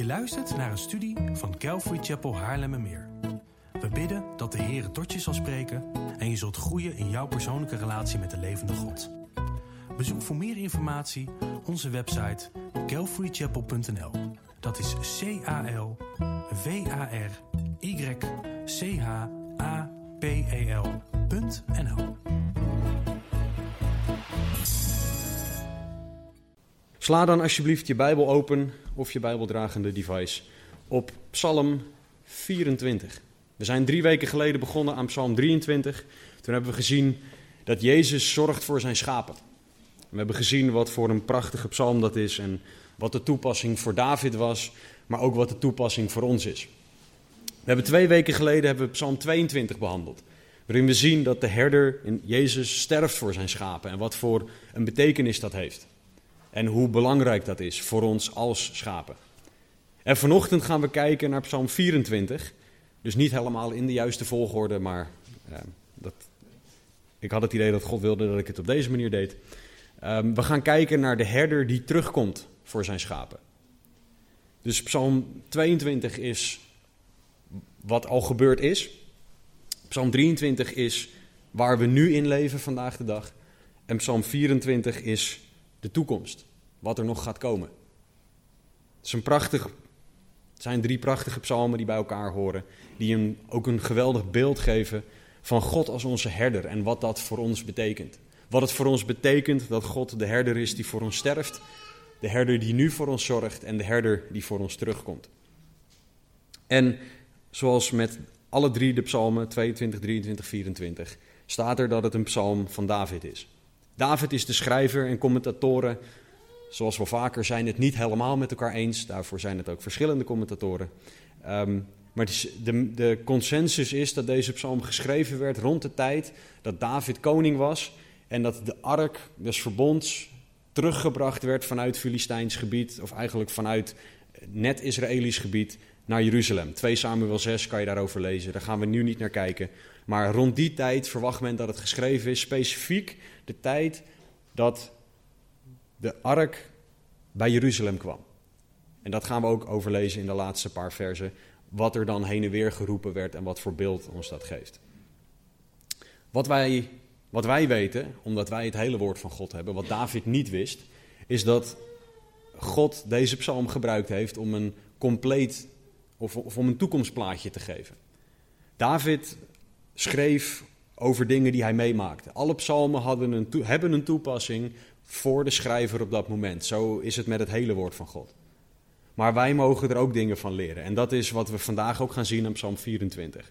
Je luistert naar een studie van Calvary Chapel Haarlemmermeer. We bidden dat de Heer tot je zal spreken en je zult groeien in jouw persoonlijke relatie met de levende God. Bezoek voor meer informatie onze website calvarychapel.nl. Dat is CALVARYCHAPEL.nl. Sla dan alsjeblieft je Bijbel open of je Bijbeldragende device op Psalm 24. We zijn 3 weken geleden begonnen aan Psalm 23. Toen hebben we gezien dat Jezus zorgt voor zijn schapen. We hebben gezien wat voor een prachtige psalm dat is en wat de toepassing voor David was, maar ook wat de toepassing voor ons is. We hebben 2 weken geleden Psalm 22 behandeld, waarin we zien dat de herder in Jezus sterft voor zijn schapen en wat voor een betekenis dat heeft. En hoe belangrijk dat is voor ons als schapen. En vanochtend gaan we kijken naar Psalm 24. Dus niet helemaal in de juiste volgorde, maar ik had het idee dat God wilde dat ik het op deze manier deed. We gaan kijken naar de herder die terugkomt voor zijn schapen. Dus Psalm 22 is wat al gebeurd is. Psalm 23 is waar we nu in leven vandaag de dag. En Psalm 24 is de toekomst, wat er nog gaat komen. Het zijn 3 prachtige psalmen die bij elkaar horen, die ook een geweldig beeld geven van God als onze herder en wat dat voor ons betekent. Wat het voor ons betekent dat God de herder is die voor ons sterft, de herder die nu voor ons zorgt en de herder die voor ons terugkomt. En zoals met alle 3 de psalmen, 22, 23, 24, staat er dat het een psalm van David is. David is de schrijver en commentatoren, zoals wel vaker, zijn het niet helemaal met elkaar eens. Daarvoor zijn het ook verschillende commentatoren. Maar de consensus is dat deze psalm geschreven werd rond de tijd dat David koning was en dat de ark des verbonds teruggebracht werd vanuit Filistijns gebied, of eigenlijk vanuit net Israëlisch gebied, naar Jeruzalem. 2 Samuel 6 kan je daarover lezen, daar gaan we nu niet naar kijken. Maar rond die tijd verwacht men dat het geschreven is, specifiek de tijd dat de ark bij Jeruzalem kwam. En dat gaan we ook overlezen in de laatste paar versen, wat er dan heen en weer geroepen werd en wat voor beeld ons dat geeft. Wat wij weten, omdat wij het hele woord van God hebben, wat David niet wist, is dat God deze psalm gebruikt heeft om een compleet of om een toekomstplaatje te geven. David schreef over dingen die hij meemaakte. Alle psalmen hebben een toepassing voor de schrijver op dat moment. Zo is het met het hele woord van God. Maar wij mogen er ook dingen van leren. En dat is wat we vandaag ook gaan zien in Psalm 24.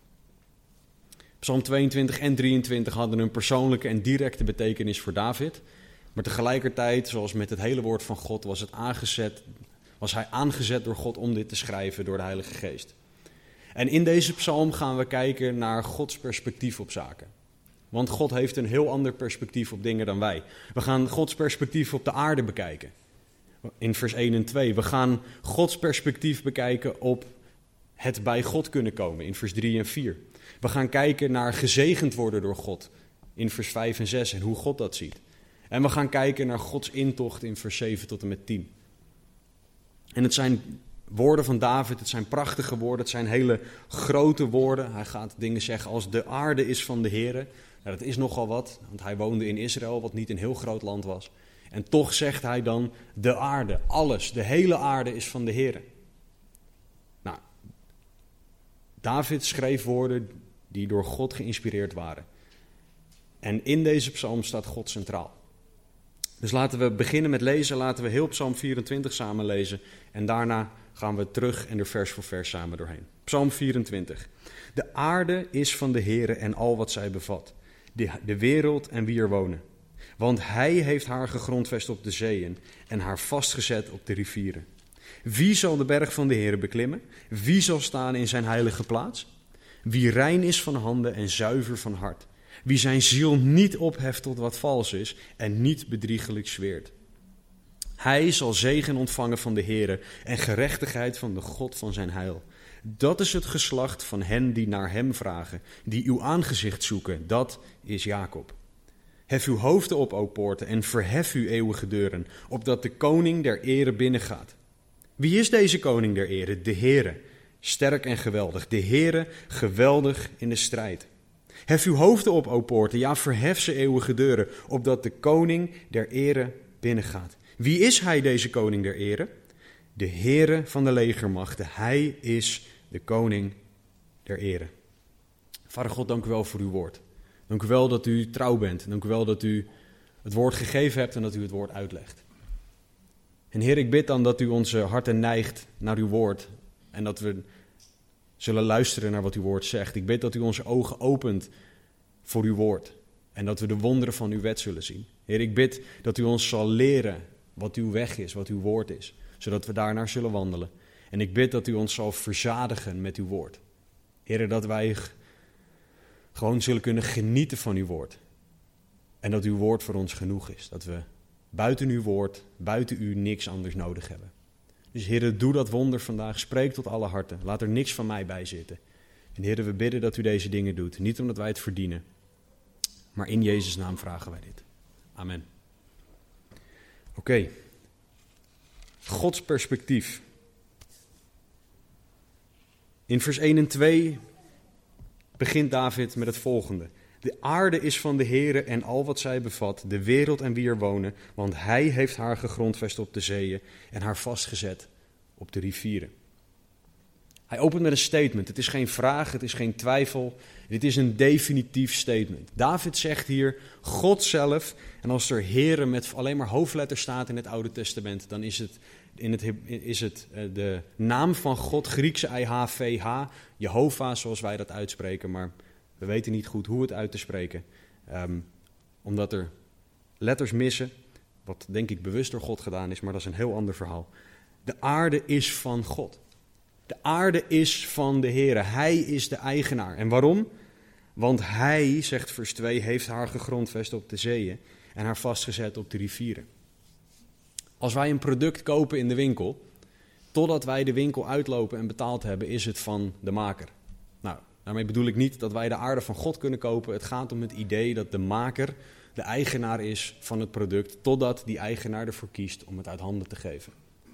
Psalm 22 en 23 hadden een persoonlijke en directe betekenis voor David. Maar tegelijkertijd, zoals met het hele woord van God, was hij aangezet door God om dit te schrijven door de Heilige Geest. En in deze psalm gaan we kijken naar Gods perspectief op zaken. Want God heeft een heel ander perspectief op dingen dan wij. We gaan Gods perspectief op de aarde bekijken. In vers 1 en 2. We gaan Gods perspectief bekijken op het bij God kunnen komen. In vers 3 en 4. We gaan kijken naar gezegend worden door God. In vers 5 en 6 en hoe God dat ziet. En we gaan kijken naar Gods intocht in vers 7 tot en met 10. En het zijn woorden van David, het zijn prachtige woorden, het zijn hele grote woorden. Hij gaat dingen zeggen als de aarde is van de Heere. Nou, dat is nogal wat, want hij woonde in Israël, wat niet een heel groot land was. En toch zegt hij dan, de aarde, alles, de hele aarde is van de Heere. Nou, David schreef woorden die door God geïnspireerd waren. En in deze psalm staat God centraal. Dus laten we beginnen met lezen, laten we heel Psalm 24 samen lezen. En daarna gaan we terug en er vers voor vers samen doorheen. Psalm 24. De aarde is van de Heere en al wat zij bevat. De wereld en wie er wonen. Want hij heeft haar gegrondvest op de zeeën en haar vastgezet op de rivieren. Wie zal de berg van de Heere beklimmen? Wie zal staan in zijn heilige plaats? Wie rein is van handen en zuiver van hart. Wie zijn ziel niet opheft tot wat vals is en niet bedriegelijk zweert. Hij zal zegen ontvangen van de Heere en gerechtigheid van de God van zijn heil. Dat is het geslacht van hen die naar hem vragen, die uw aangezicht zoeken, dat is Jacob. Hef uw hoofden op, o poorten, en verhef uw eeuwige deuren, opdat de koning der ere binnengaat. Wie is deze koning der ere? De Heere, sterk en geweldig. De Heere, geweldig in de strijd. Hef uw hoofden op, o poorten, ja, verhef ze eeuwige deuren, opdat de koning der ere binnengaat. Wie is hij, deze koning der ere? De Heere van de legermachten. Hij is de koning der ere. Vader God, dank u wel voor uw woord. Dank u wel dat u trouw bent. Dank u wel dat u het woord gegeven hebt en dat u het woord uitlegt. En Heer, ik bid dan dat u onze harten neigt naar uw woord en dat we zullen luisteren naar wat uw woord zegt. Ik bid dat u onze ogen opent voor uw woord en dat we de wonderen van uw wet zullen zien. Heer, ik bid dat u ons zal leren wat uw weg is, wat uw woord is, zodat we daarnaar zullen wandelen. En ik bid dat u ons zal verzadigen met uw woord. Heer, dat wij gewoon zullen kunnen genieten van uw woord. En dat uw woord voor ons genoeg is. Dat we buiten uw woord, buiten u niks anders nodig hebben. Dus Heer, doe dat wonder vandaag. Spreek tot alle harten. Laat er niks van mij bij zitten. En Heer, we bidden dat u deze dingen doet. Niet omdat wij het verdienen. Maar in Jezus' naam vragen wij dit. Amen. Oké. Gods perspectief. In vers 1 en 2 begint David met het volgende. De aarde is van de Heere en al wat zij bevat, de wereld en wie er wonen, want hij heeft haar gegrondvest op de zeeën en haar vastgezet op de rivieren. Hij opent met een statement. Het is geen vraag, het is geen twijfel. Dit is een definitief statement. David zegt hier, God zelf, en als er Heere met alleen maar hoofdletters staat in het Oude Testament, dan is het de naam van God, Griekse IHVH, Jehovah zoals wij dat uitspreken, maar we weten niet goed hoe het uit te spreken, omdat er letters missen, wat denk ik bewust door God gedaan is, maar dat is een heel ander verhaal. De aarde is van God. De aarde is van de Heere. Hij is de eigenaar. En waarom? Want hij, zegt vers 2, heeft haar gegrondvest op de zeeën en haar vastgezet op de rivieren. Als wij een product kopen in de winkel, totdat wij de winkel uitlopen en betaald hebben, is het van de maker. Nou, daarmee bedoel ik niet dat wij de aarde van God kunnen kopen. Het gaat om het idee dat de maker de eigenaar is van het product, totdat die eigenaar ervoor kiest om het uit handen te geven.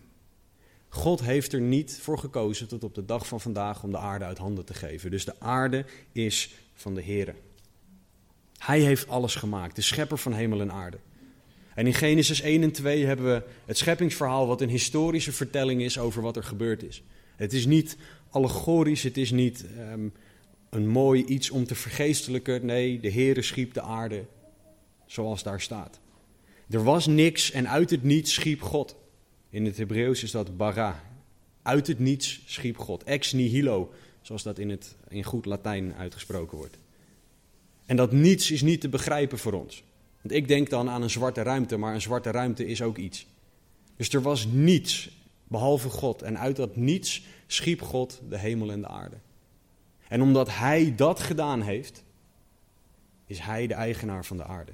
God heeft er niet voor gekozen tot op de dag van vandaag om de aarde uit handen te geven. Dus de aarde is van de Heere. Hij heeft alles gemaakt, de schepper van hemel en aarde. En in Genesis 1 en 2 hebben we het scheppingsverhaal wat een historische vertelling is over wat er gebeurd is. Het is niet allegorisch, het is niet een mooi iets om te vergeestelijken. Nee, de Heere schiep de aarde zoals daar staat. Er was niks en uit het niets schiep God. In het Hebreeuws is dat bara. Uit het niets schiep God. Ex nihilo, zoals dat in goed Latijn uitgesproken wordt. En dat niets is niet te begrijpen voor ons. Want ik denk dan aan een zwarte ruimte, maar een zwarte ruimte is ook iets. Dus er was niets behalve God. En uit dat niets schiep God de hemel en de aarde. En omdat hij dat gedaan heeft, is hij de eigenaar van de aarde.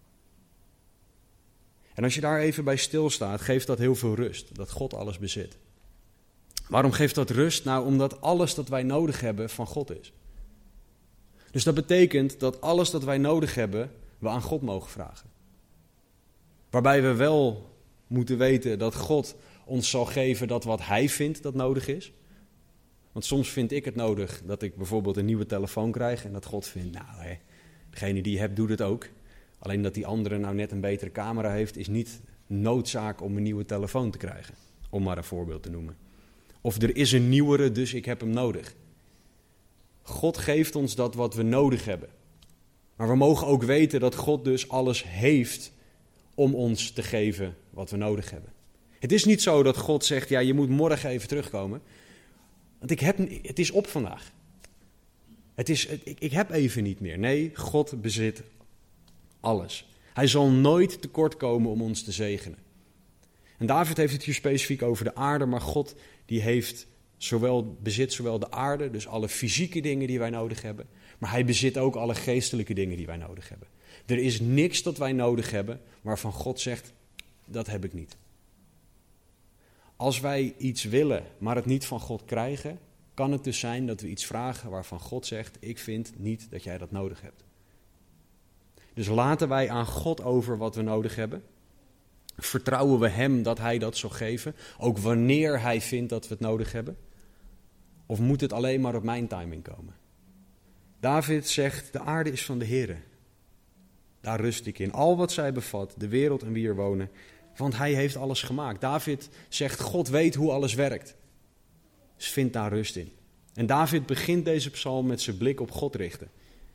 En als je daar even bij stilstaat, geeft dat heel veel rust, dat God alles bezit. Waarom geeft dat rust? Nou, omdat alles dat wij nodig hebben van God is. Dus dat betekent dat alles dat wij nodig hebben, we aan God mogen vragen. Waarbij we wel moeten weten dat God ons zal geven dat wat hij vindt dat nodig is. Want soms vind ik het nodig dat ik bijvoorbeeld een nieuwe telefoon krijg en dat God vindt, nou, degene die je hebt doet het ook. Alleen dat die andere nou net een betere camera heeft, is niet noodzaak om een nieuwe telefoon te krijgen. Om maar een voorbeeld te noemen. Of er is een nieuwere, dus ik heb hem nodig. God geeft ons dat wat we nodig hebben. Maar we mogen ook weten dat God dus alles heeft om ons te geven wat we nodig hebben. Het is niet zo dat God zegt, ja, je moet morgen even terugkomen. Want het is op vandaag. Ik heb even niet meer. Nee, God bezit alles. Hij zal nooit tekort komen om ons te zegenen. En David heeft het hier specifiek over de aarde, maar God die bezit zowel de aarde, dus alle fysieke dingen die wij nodig hebben, maar hij bezit ook alle geestelijke dingen die wij nodig hebben. Er is niks dat wij nodig hebben waarvan God zegt, dat heb ik niet. Als wij iets willen, maar het niet van God krijgen, kan het dus zijn dat we iets vragen waarvan God zegt, ik vind niet dat jij dat nodig hebt. Dus laten wij aan God over wat we nodig hebben. Vertrouwen we hem dat hij dat zal geven, ook wanneer hij vindt dat we het nodig hebben? Of moet het alleen maar op mijn timing komen? David zegt, de aarde is van de Heere. Daar rust ik in. Al wat zij bevat, de wereld en wie er wonen. Want hij heeft alles gemaakt. David zegt, God weet hoe alles werkt. Dus vind daar rust in. En David begint deze psalm met zijn blik op God richten.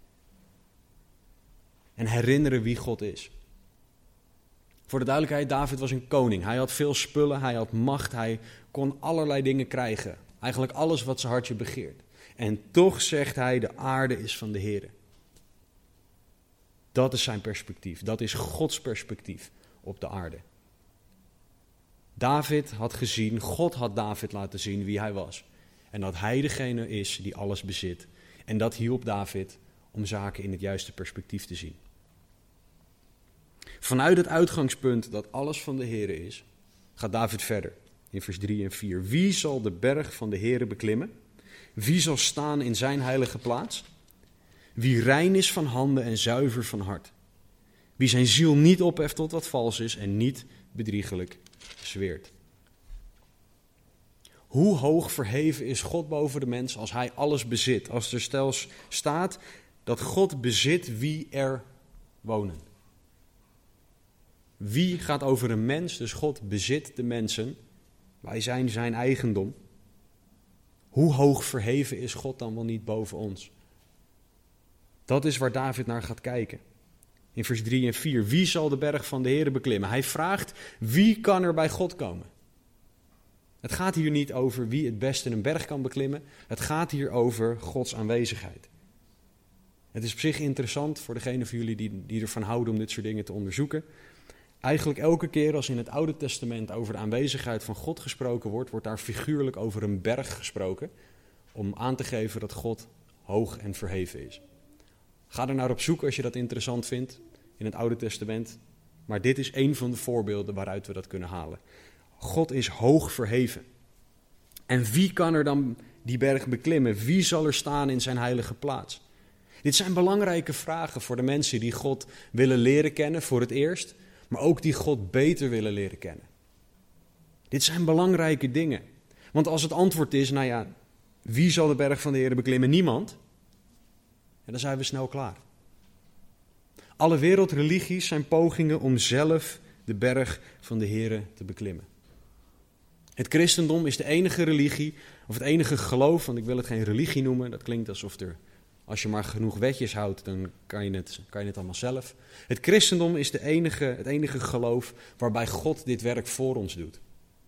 En herinneren wie God is. Voor de duidelijkheid, David was een koning. Hij had veel spullen, hij had macht, hij kon allerlei dingen krijgen. Eigenlijk alles wat zijn hartje begeert. En toch zegt hij, de aarde is van de Heere. Dat is zijn perspectief. Dat is Gods perspectief op de aarde. David had gezien, God had David laten zien wie hij was. En dat hij degene is die alles bezit. En dat hielp David om zaken in het juiste perspectief te zien. Vanuit het uitgangspunt dat alles van de Heere is, gaat David verder in vers 3 en 4. Wie zal de berg van de Heere beklimmen? Wie zal staan in zijn heilige plaats? Wie rein is van handen en zuiver van hart. Wie zijn ziel niet opheft tot wat vals is en niet bedriegelijk zweert. Hoe hoog verheven is God boven de mens als hij alles bezit? Als er stels staat dat God bezit wie er wonen. Wie gaat over een mens? Dus God bezit de mensen. Wij zijn zijn eigendom. Hoe hoog verheven is God dan wel niet boven ons? Dat is waar David naar gaat kijken. In vers 3 en 4. Wie zal de berg van de Heere beklimmen? Hij vraagt, wie kan er bij God komen? Het gaat hier niet over wie het beste een berg kan beklimmen. Het gaat hier over Gods aanwezigheid. Het is op zich interessant voor degenen van jullie die ervan houden om dit soort dingen te onderzoeken. Eigenlijk elke keer als in het Oude Testament over de aanwezigheid van God gesproken wordt, wordt daar figuurlijk over een berg gesproken. Om aan te geven dat God hoog en verheven is. Ga er naar op zoek als je dat interessant vindt in het Oude Testament. Maar dit is één van de voorbeelden waaruit we dat kunnen halen. God is hoog verheven. En wie kan er dan die berg beklimmen? Wie zal er staan in zijn heilige plaats? Dit zijn belangrijke vragen voor de mensen die God willen leren kennen voor het eerst, maar ook die God beter willen leren kennen. Dit zijn belangrijke dingen. Want als het antwoord is, wie zal de berg van de Heere beklimmen? Niemand. En dan zijn we snel klaar. Alle wereldreligies zijn pogingen om zelf de berg van de Heere te beklimmen. Het christendom is de enige religie, of het enige geloof, want ik wil het geen religie noemen. Dat klinkt alsof als je maar genoeg wetjes houdt, dan kan je het allemaal zelf. Het christendom is het enige geloof waarbij God dit werk voor ons doet.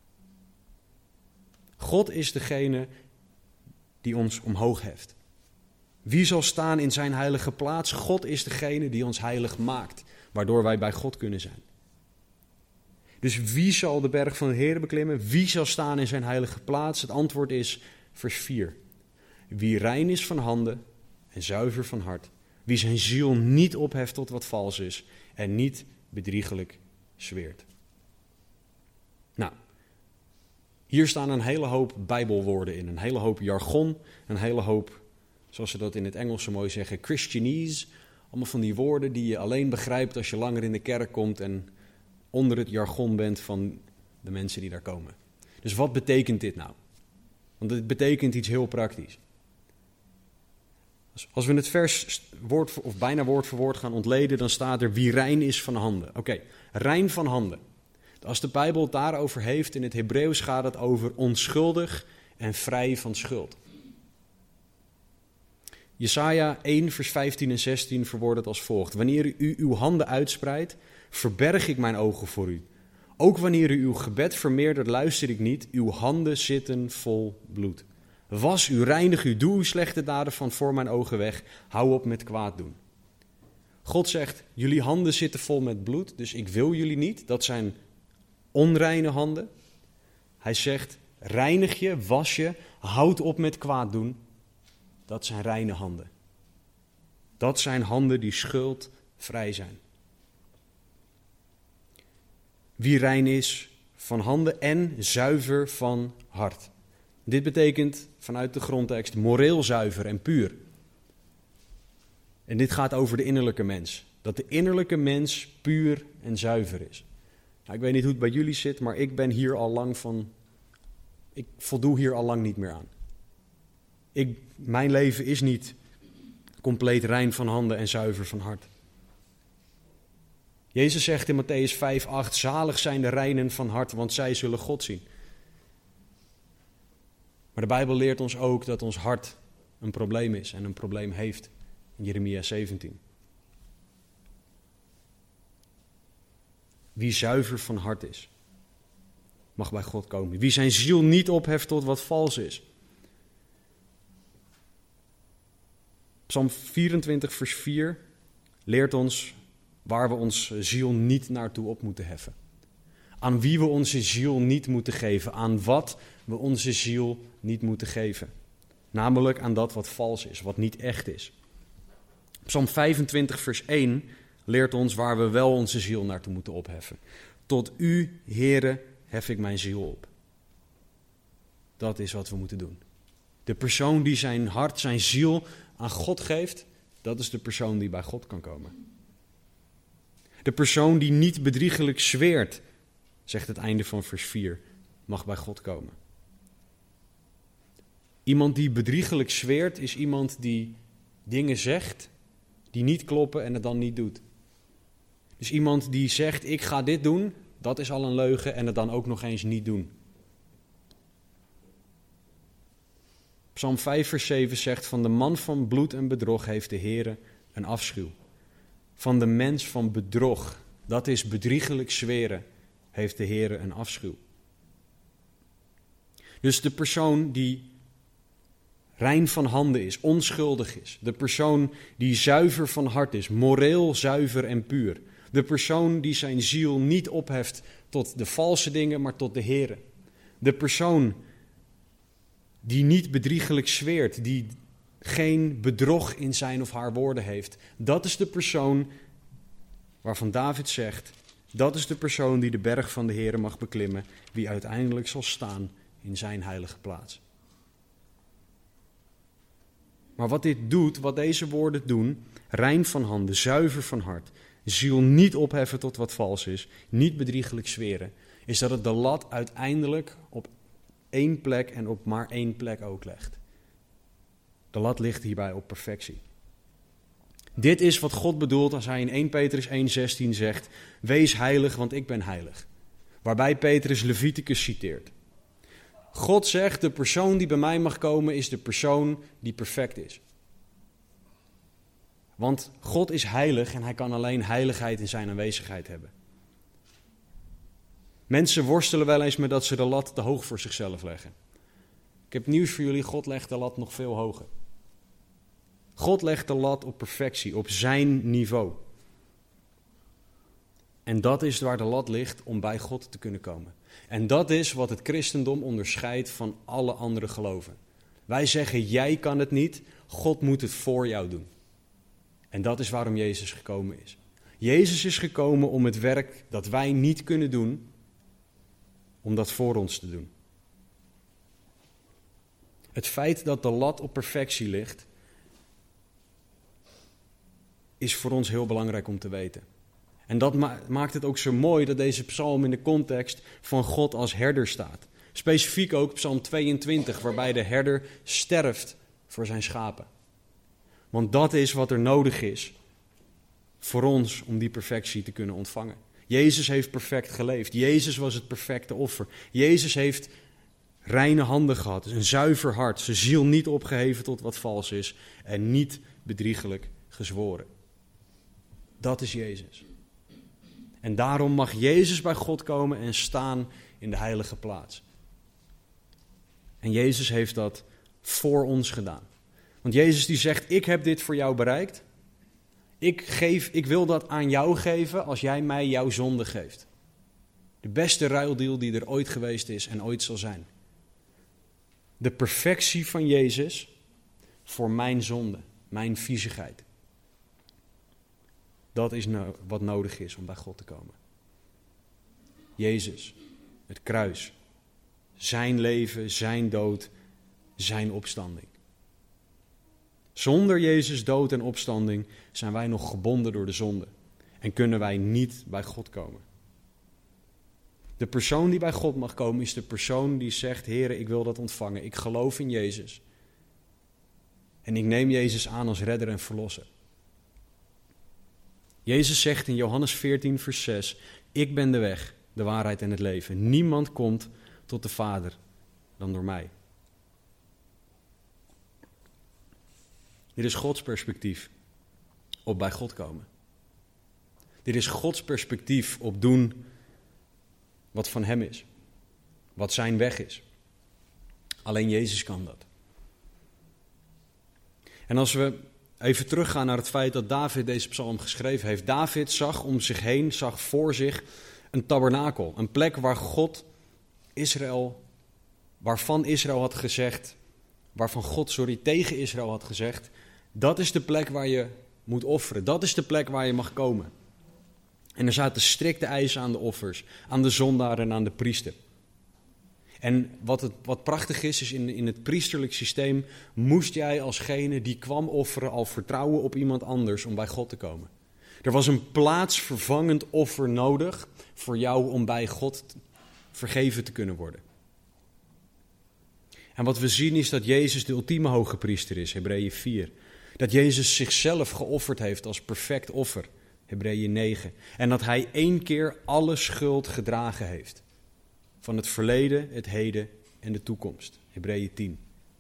God is degene die ons omhoog heft. Wie zal staan in zijn heilige plaats? God is degene die ons heilig maakt, waardoor wij bij God kunnen zijn. Dus wie zal de berg van de Heere beklimmen? Wie zal staan in zijn heilige plaats? Het antwoord is vers 4. Wie rein is van handen en zuiver van hart. Wie zijn ziel niet opheft tot wat vals is en niet bedriegelijk zweert. Nou, hier staan een hele hoop Bijbelwoorden in. Een hele hoop jargon, een hele hoop, zoals ze dat in het Engels zo mooi zeggen, Christianese. Allemaal van die woorden die je alleen begrijpt als je langer in de kerk komt en onder het jargon bent van de mensen die daar komen. Dus wat betekent dit nou? Want het betekent iets heel praktisch. Als we het vers bijna woord voor woord gaan ontleden, dan staat er wie rein is van handen. Oké, rein van handen. Als de Bijbel het daarover heeft, in het Hebreeuws gaat het over onschuldig en vrij van schuld. Jesaja 1 vers 15 en 16 verwoordt het als volgt. Wanneer u uw handen uitspreidt, verberg ik mijn ogen voor u. Ook wanneer u uw gebed vermeerdert, luister ik niet. Uw handen zitten vol bloed. Was u, reinig u, doe uw slechte daden van voor mijn ogen weg. Hou op met kwaad doen. God zegt, jullie handen zitten vol met bloed, dus ik wil jullie niet. Dat zijn onreine handen. Hij zegt, reinig je, was je, houd op met kwaad doen. Dat zijn reine handen. Dat zijn handen die schuldvrij zijn. Wie rein is van handen en zuiver van hart. Dit betekent vanuit de grondtekst moreel zuiver en puur. En dit gaat over de innerlijke mens. Dat de innerlijke mens puur en zuiver is. Nou, ik weet niet hoe het bij jullie zit, maar ik ben hier al lang van... Ik voldoe hier al lang niet meer aan. Mijn leven is niet compleet rein van handen en zuiver van hart. Jezus zegt in Mattheüs 5:8, zalig zijn de reinen van hart, want zij zullen God zien. Maar de Bijbel leert ons ook dat ons hart een probleem is en een probleem heeft. In Jeremia 17. Wie zuiver van hart is, mag bij God komen. Wie zijn ziel niet opheft tot wat vals is. Psalm 24 vers 4 leert ons waar we onze ziel niet naartoe op moeten heffen. Aan wie we onze ziel niet moeten geven. Aan wat we onze ziel niet moeten geven. Namelijk aan dat wat vals is, wat niet echt is. Psalm 25 vers 1 leert ons waar we wel onze ziel naartoe moeten opheffen. Tot u, Heere, hef ik mijn ziel op. Dat is wat we moeten doen. De persoon die zijn hart, zijn ziel aan God geeft, dat is de persoon die bij God kan komen. De persoon die niet bedriegelijk zweert, zegt het einde van vers 4, mag bij God komen. Iemand die bedriegelijk zweert is iemand die dingen zegt die niet kloppen en het dan niet doet. Dus iemand die zegt, ik ga dit doen, dat is al een leugen en het dan ook nog eens niet doen. Psalm 5 vers 7 zegt, van de man van bloed en bedrog heeft de Heere een afschuw. Van de mens van bedrog, dat is bedriegelijk zweren, heeft de Heere een afschuw. Dus de persoon die rein van handen is, onschuldig is. De persoon die zuiver van hart is, moreel zuiver en puur. De persoon die zijn ziel niet opheft tot de valse dingen, maar tot de Heere. De persoon die niet bedriegelijk zweert, die geen bedrog in zijn of haar woorden heeft. Dat is de persoon waarvan David zegt, dat is de persoon die de berg van de Heere mag beklimmen, wie uiteindelijk zal staan in zijn heilige plaats. Maar wat dit doet, wat deze woorden doen, rein van handen, zuiver van hart, ziel niet opheffen tot wat vals is, niet bedriegelijk zweren, is dat het de lat uiteindelijk op één plek en op maar één plek ook legt. De lat ligt hierbij op perfectie. Dit is wat God bedoelt als hij in 1 Petrus 1:16 zegt, wees heilig, want ik ben heilig. Waarbij Petrus Leviticus citeert. God zegt, de persoon die bij mij mag komen is de persoon die perfect is. Want God is heilig en hij kan alleen heiligheid in zijn aanwezigheid hebben. Mensen worstelen wel eens met dat ze de lat te hoog voor zichzelf leggen. Ik heb nieuws voor jullie, God legt de lat nog veel hoger. God legt de lat op perfectie, op zijn niveau. En dat is waar de lat ligt om bij God te kunnen komen. En dat is wat het christendom onderscheidt van alle andere geloven. Wij zeggen, jij kan het niet, God moet het voor jou doen. En dat is waarom Jezus gekomen is. Jezus is gekomen om het werk dat wij niet kunnen doen, om dat voor ons te doen. Het feit dat de lat op perfectie ligt, is voor ons heel belangrijk om te weten. En dat maakt het ook zo mooi dat deze psalm in de context van God als herder staat. Specifiek ook psalm 22, waarbij de herder sterft voor zijn schapen. Want dat is wat er nodig is voor ons om die perfectie te kunnen ontvangen. Jezus heeft perfect geleefd. Jezus was het perfecte offer. Jezus heeft reine handen gehad, een zuiver hart, zijn ziel niet opgeheven tot wat vals is en niet bedriegelijk gezworen. Dat is Jezus. En daarom mag Jezus bij God komen en staan in de heilige plaats. En Jezus heeft dat voor ons gedaan. Want Jezus die zegt, ik heb dit voor jou bereikt. Ik wil dat aan jou geven als jij mij jouw zonde geeft. De beste ruildeal die er ooit geweest is en ooit zal zijn. De perfectie van Jezus voor mijn zonde, mijn viezigheid. Dat is wat nodig is om bij God te komen. Jezus, het kruis, zijn leven, zijn dood, zijn opstanding. Zonder Jezus' dood en opstanding zijn wij nog gebonden door de zonde en kunnen wij niet bij God komen. De persoon die bij God mag komen is de persoon die zegt, Heere, ik wil dat ontvangen. Ik geloof in Jezus. En ik neem Jezus aan als redder en verlosser. Jezus zegt in Johannes 14, vers 6, ik ben de weg, de waarheid en het leven. Niemand komt tot de Vader dan door mij. Dit is Gods perspectief op bij God komen. Dit is Gods perspectief op doen wat van hem is. Wat zijn weg is. Alleen Jezus kan dat. En als we even teruggaan naar het feit dat David deze psalm geschreven heeft. David zag om zich heen, zag voor zich een tabernakel. Een plek waar God waarvan God tegen Israël had gezegd. Dat is de plek waar je moet offeren. Dat is de plek waar je mag komen. En er zaten strikte eisen aan de offers, aan de zondaar en aan de priester. En wat prachtig is in het priesterlijk systeem moest jij alsgene die kwam offeren al vertrouwen op iemand anders om bij God te komen. Er was een plaatsvervangend offer nodig voor jou om bij God vergeven te kunnen worden. En wat we zien is dat Jezus de ultieme hoge priester is, Hebreeën 4. Dat Jezus zichzelf geofferd heeft als perfect offer, Hebreeën 9. En dat hij 1 keer alle schuld gedragen heeft. Van het verleden, het heden en de toekomst, Hebreeën 10.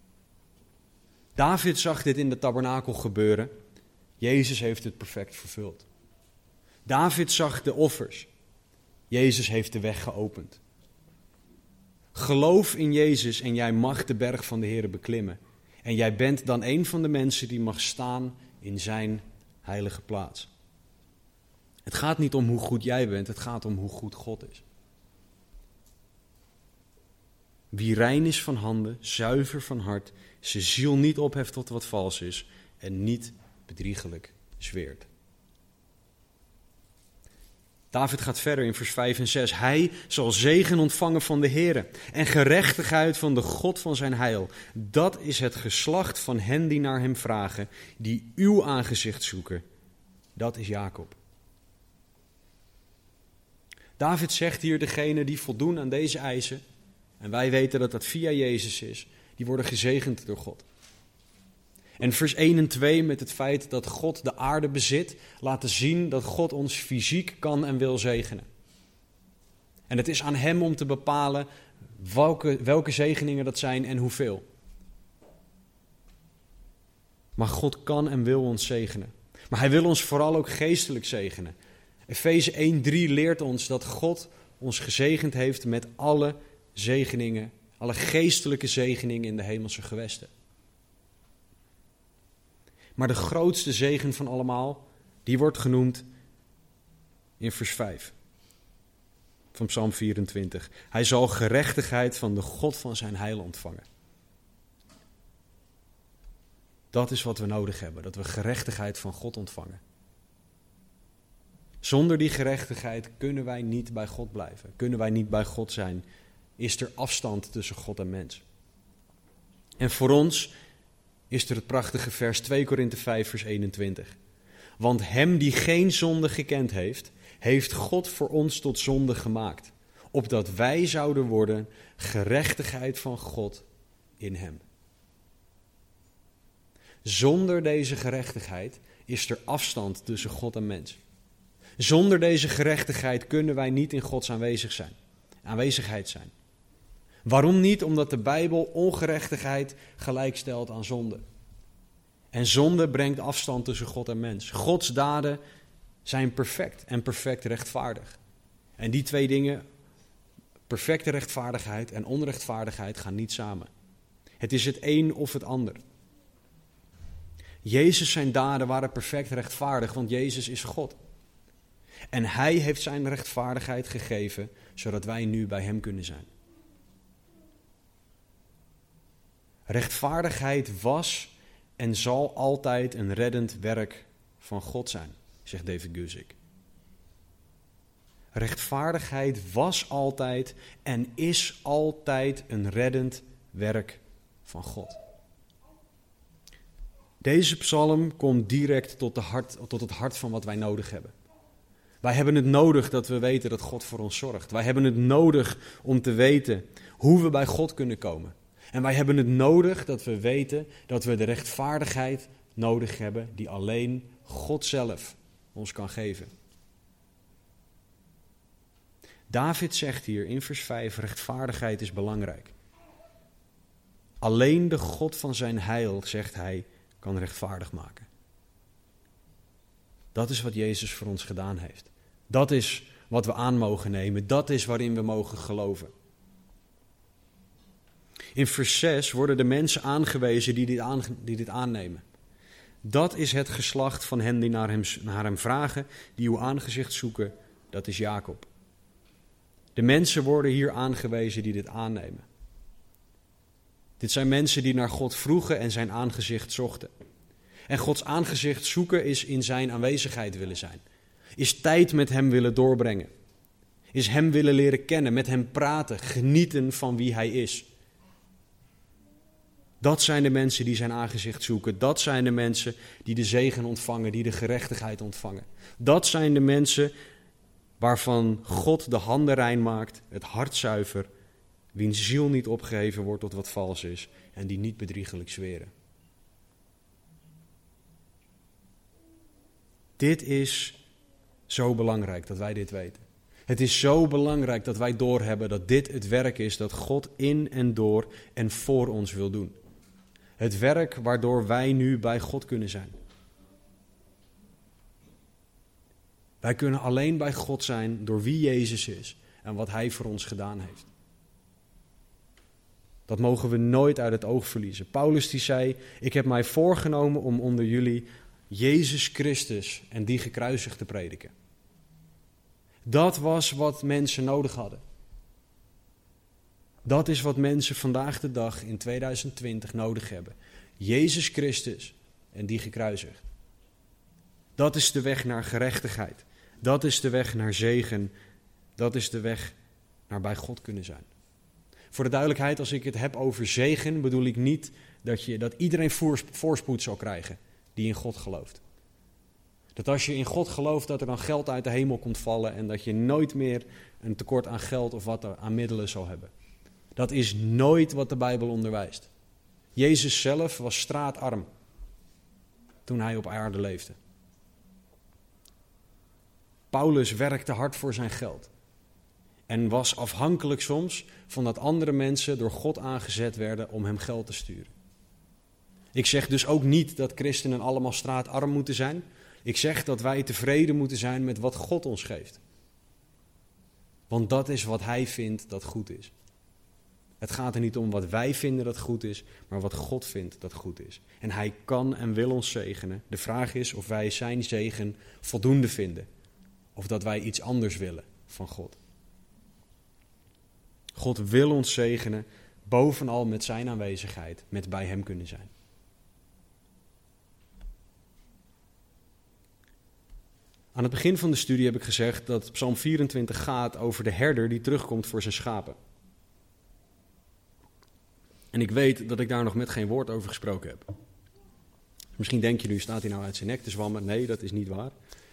David zag dit in de tabernakel gebeuren. Jezus heeft het perfect vervuld. David zag de offers. Jezus heeft de weg geopend. Geloof in Jezus en jij mag de berg van de Heer beklimmen. En jij bent dan een van de mensen die mag staan in zijn heilige plaats. Het gaat niet om hoe goed jij bent, het gaat om hoe goed God is. Wie rein is van handen, zuiver van hart, zijn ziel niet opheft tot wat vals is en niet bedriegelijk zweert. David gaat verder in vers 5 en 6. Hij zal zegen ontvangen van de Heere en gerechtigheid van de God van zijn heil. Dat is het geslacht van hen die naar hem vragen, die uw aangezicht zoeken. Dat is Jacob. David zegt hier, degenen die voldoen aan deze eisen, en wij weten dat dat via Jezus is, die worden gezegend door God. En vers 1 en 2 met het feit dat God de aarde bezit, laten zien dat God ons fysiek kan en wil zegenen. En het is aan hem om te bepalen welke zegeningen dat zijn en hoeveel. Maar God kan en wil ons zegenen. Maar hij wil ons vooral ook geestelijk zegenen. Efeze 1:3 leert ons dat God ons gezegend heeft met alle zegeningen, alle geestelijke zegeningen in de hemelse gewesten. Maar de grootste zegen van allemaal, die wordt genoemd in vers 5 van Psalm 24. Hij zal gerechtigheid van de God van zijn heil ontvangen. Dat is wat we nodig hebben, dat we gerechtigheid van God ontvangen. Zonder die gerechtigheid kunnen wij niet bij God blijven, kunnen wij niet bij God zijn. Is er afstand tussen God en mens. En voor ons is er het prachtige vers 2 Korinthe 5 vers 21. Want hem die geen zonde gekend heeft, heeft God voor ons tot zonde gemaakt. Opdat wij zouden worden gerechtigheid van God in hem. Zonder deze gerechtigheid is er afstand tussen God en mens. Zonder deze gerechtigheid kunnen wij niet in Gods aanwezigheid zijn. Waarom niet? Omdat de Bijbel ongerechtigheid gelijkstelt aan zonde. En zonde brengt afstand tussen God en mens. Gods daden zijn perfect en perfect rechtvaardig. En die twee dingen, perfecte rechtvaardigheid en onrechtvaardigheid, gaan niet samen. Het is het een of het ander. Jezus zijn daden waren perfect rechtvaardig, want Jezus is God. En hij heeft zijn rechtvaardigheid gegeven, zodat wij nu bij hem kunnen zijn. Rechtvaardigheid was en zal altijd een reddend werk van God zijn, zegt David Guzik. Rechtvaardigheid was altijd en is altijd een reddend werk van God. Deze psalm komt direct tot het hart van wat wij nodig hebben. Wij hebben het nodig dat we weten dat God voor ons zorgt. Wij hebben het nodig om te weten hoe we bij God kunnen komen. En wij hebben het nodig dat we weten dat we de rechtvaardigheid nodig hebben die alleen God zelf ons kan geven. David zegt hier in vers 5, rechtvaardigheid is belangrijk. Alleen de God van zijn heil, zegt hij, kan rechtvaardig maken. Dat is wat Jezus voor ons gedaan heeft. Dat is wat we aan mogen nemen. Dat is waarin we mogen geloven. In vers 6 worden de mensen aangewezen die dit aannemen. Dat is het geslacht van hen die naar hem vragen, die uw aangezicht zoeken. Dat is Jacob. De mensen worden hier aangewezen die dit aannemen. Dit zijn mensen die naar God vroegen en zijn aangezicht zochten. En Gods aangezicht zoeken is in zijn aanwezigheid willen zijn. Is tijd met hem willen doorbrengen. Is hem willen leren kennen, met hem praten, genieten van wie hij is. Dat zijn de mensen die zijn aangezicht zoeken. Dat zijn de mensen die de zegen ontvangen, die de gerechtigheid ontvangen. Dat zijn de mensen waarvan God de handen rein maakt, het hart zuiver, wiens ziel niet opgeheven wordt tot wat vals is en die niet bedriegelijk zweren. Dit is zo belangrijk dat wij dit weten. Het is zo belangrijk dat wij doorhebben dat dit het werk is dat God in en door en voor ons wil doen. Het werk waardoor wij nu bij God kunnen zijn. Wij kunnen alleen bij God zijn door wie Jezus is en wat Hij voor ons gedaan heeft. Dat mogen we nooit uit het oog verliezen. Paulus die zei, ik heb mij voorgenomen om onder jullie Jezus Christus en die gekruisigd te prediken. Dat was wat mensen nodig hadden. Dat is wat mensen vandaag de dag in 2020 nodig hebben. Jezus Christus en die gekruisigd. Dat is de weg naar gerechtigheid. Dat is de weg naar zegen. Dat is de weg naar bij God kunnen zijn. Voor de duidelijkheid, als ik het heb over zegen, bedoel ik niet dat iedereen voorspoed zal krijgen die in God gelooft. Dat als je in God gelooft, dat er dan geld uit de hemel komt vallen en dat je nooit meer een tekort aan geld of wat er aan middelen zal hebben. Dat is nooit wat de Bijbel onderwijst. Jezus zelf was straatarm toen hij op aarde leefde. Paulus werkte hard voor zijn geld en was afhankelijk soms van dat andere mensen door God aangezet werden om hem geld te sturen. Ik zeg dus ook niet dat christenen allemaal straatarm moeten zijn. Ik zeg dat wij tevreden moeten zijn met wat God ons geeft. Want dat is wat Hij vindt dat goed is. Het gaat er niet om wat wij vinden dat goed is, maar wat God vindt dat goed is. En Hij kan en wil ons zegenen. De vraag is of wij zijn zegen voldoende vinden. Of dat wij iets anders willen van God. God wil ons zegenen, bovenal met zijn aanwezigheid, met bij Hem kunnen zijn. Aan het begin van de studie heb ik gezegd dat Psalm 24 gaat over de herder die terugkomt voor zijn schapen. En ik weet dat ik daar nog met geen woord over gesproken heb. Misschien denk je nu, staat hij nou uit zijn nek te zwammen? Nee, dat is niet waar.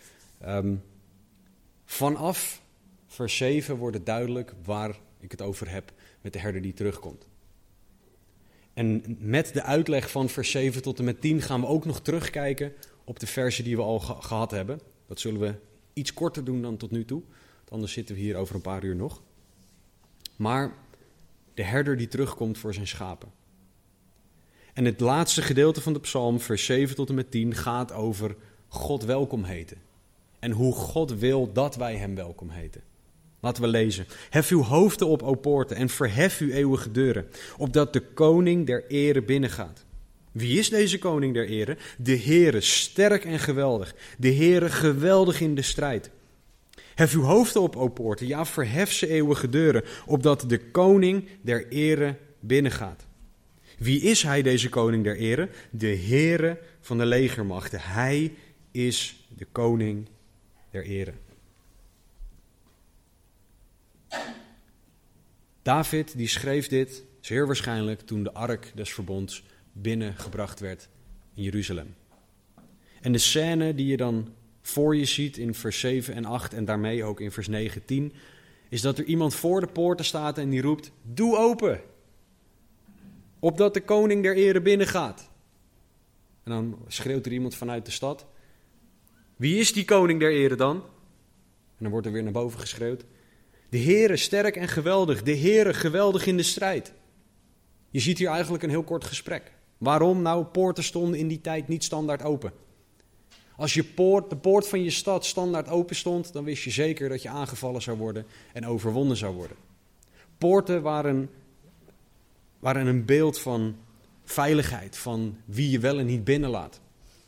Vanaf vers 7 wordt het duidelijk waar ik het over heb met de herder die terugkomt. En met de uitleg van vers 7 tot en met 10 gaan we ook nog terugkijken op de versen die we al gehad hebben. Dat zullen we iets korter doen dan tot nu toe, want anders zitten we hier over een paar uur nog. Maar de herder die terugkomt voor zijn schapen. En het laatste gedeelte van de psalm, vers 7 tot en met 10, gaat over God welkom heten. En hoe God wil dat wij hem welkom heten. Laten we lezen. Hef uw hoofden op, o poorten, en verhef uw eeuwige deuren, opdat de koning der ere binnengaat. Wie is deze koning der ere? De Heere, sterk en geweldig. De Heere, geweldig in de strijd. Hef uw hoofden op, o poorten, ja, verhef ze eeuwige deuren, opdat de koning der ere binnengaat. Wie is hij, deze koning der ere? De Heere van de legermachten. Hij is de koning der ere. David die schreef dit zeer waarschijnlijk toen de ark des verbonds binnengebracht werd in Jeruzalem. En de scène die je dan voor je ziet in vers 7 en 8 en daarmee ook in vers 9, 10, is dat er iemand voor de poorten staat en die roept, doe open, opdat de koning der ere binnengaat. En dan schreeuwt er iemand vanuit de stad, wie is die koning der ere dan? En dan wordt er weer naar boven geschreeuwd, de Heere sterk en geweldig, de Heere geweldig in de strijd. Je ziet hier eigenlijk een heel kort gesprek. Waarom? Nou, poorten stonden in die tijd niet standaard open. Als de poort van je stad standaard open stond, dan wist je zeker dat je aangevallen zou worden en overwonnen zou worden. Poorten waren een beeld van veiligheid, van wie je wel en niet binnenlaat.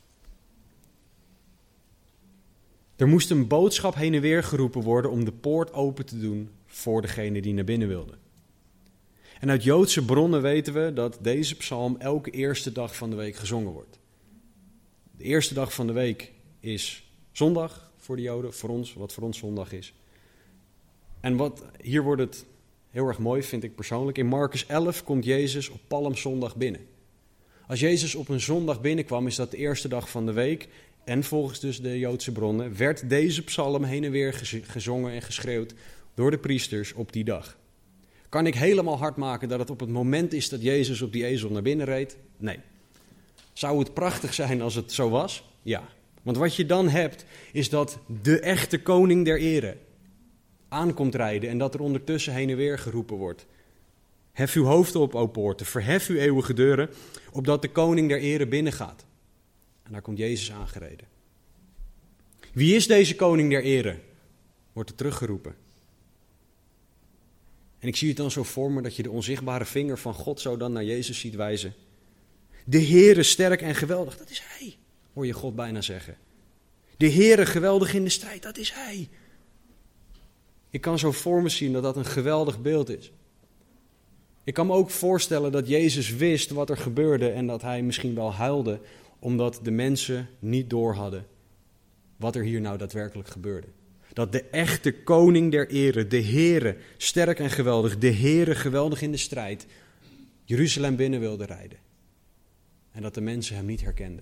Er moest een boodschap heen en weer geroepen worden om de poort open te doen voor degene die naar binnen wilde. En uit Joodse bronnen weten we dat deze psalm elke eerste dag van de week gezongen wordt. De eerste dag van de week is zondag voor de Joden, voor ons, wat voor ons zondag is. En hier wordt het heel erg mooi, vind ik persoonlijk. In Marcus 11 komt Jezus op Palmzondag binnen. Als Jezus op een zondag binnenkwam, is dat de eerste dag van de week. En volgens dus de Joodse bronnen werd deze psalm heen en weer gezongen en geschreeuwd door de priesters op die dag. Kan ik helemaal hard maken dat het op het moment is dat Jezus op die ezel naar binnen reed? Nee. Zou het prachtig zijn als het zo was? Ja. Want wat je dan hebt, is dat de echte koning der ere aankomt rijden en dat er ondertussen heen en weer geroepen wordt. Hef uw hoofd op, o poorten, verhef uw eeuwige deuren, opdat de koning der ere binnengaat. En daar komt Jezus aangereden. Wie is deze koning der ere? Wordt er teruggeroepen. En ik zie het dan zo voor me dat je de onzichtbare vinger van God zo dan naar Jezus ziet wijzen. De Heere sterk en geweldig, dat is Hij, hoor je God bijna zeggen. De Heere geweldig in de strijd, dat is Hij. Ik kan zo voor me zien dat dat een geweldig beeld is. Ik kan me ook voorstellen dat Jezus wist wat er gebeurde en dat Hij misschien wel huilde, omdat de mensen niet doorhadden wat er hier nou daadwerkelijk gebeurde. Dat de echte koning der ere, de Heere, sterk en geweldig, de Heere geweldig in de strijd, Jeruzalem binnen wilde rijden. En dat de mensen hem niet herkenden.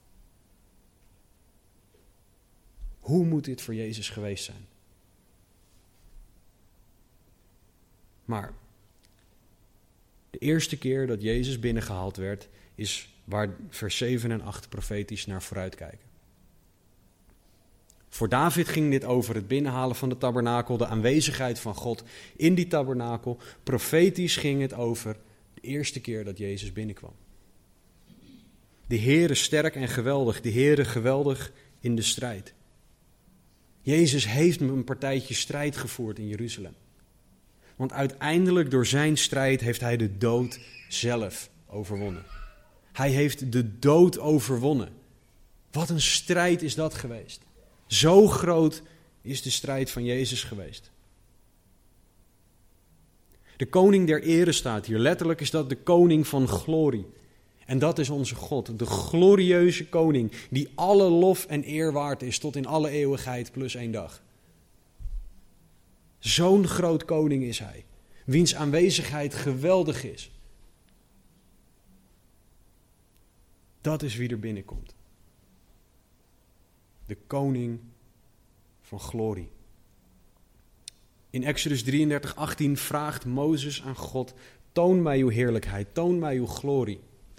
Hoe moet dit voor Jezus geweest zijn? Maar de eerste keer dat Jezus binnengehaald werd, is waar vers 7 en 8 profetisch naar vooruitkijken. Voor David ging dit over het binnenhalen van de tabernakel, de aanwezigheid van God in die tabernakel. Profetisch ging het over de eerste keer dat Jezus binnenkwam. De Heere sterk en geweldig, de Heere geweldig in de strijd. Jezus heeft een partijtje strijd gevoerd in Jeruzalem. Want uiteindelijk door zijn strijd heeft hij de dood zelf overwonnen. Hij heeft de dood overwonnen. Wat een strijd is dat geweest. Zo groot is de strijd van Jezus geweest. De koning der ere staat hier. Letterlijk is dat de koning van glorie. En dat is onze God, de glorieuze koning, die alle lof en eer waard is tot in alle eeuwigheid plus 1 dag. Zo'n groot koning is hij, wiens aanwezigheid geweldig is. Dat is wie er binnenkomt. De koning van glorie. In Exodus 33:18 vraagt Mozes aan God, toon mij uw heerlijkheid, toon mij uw glorie.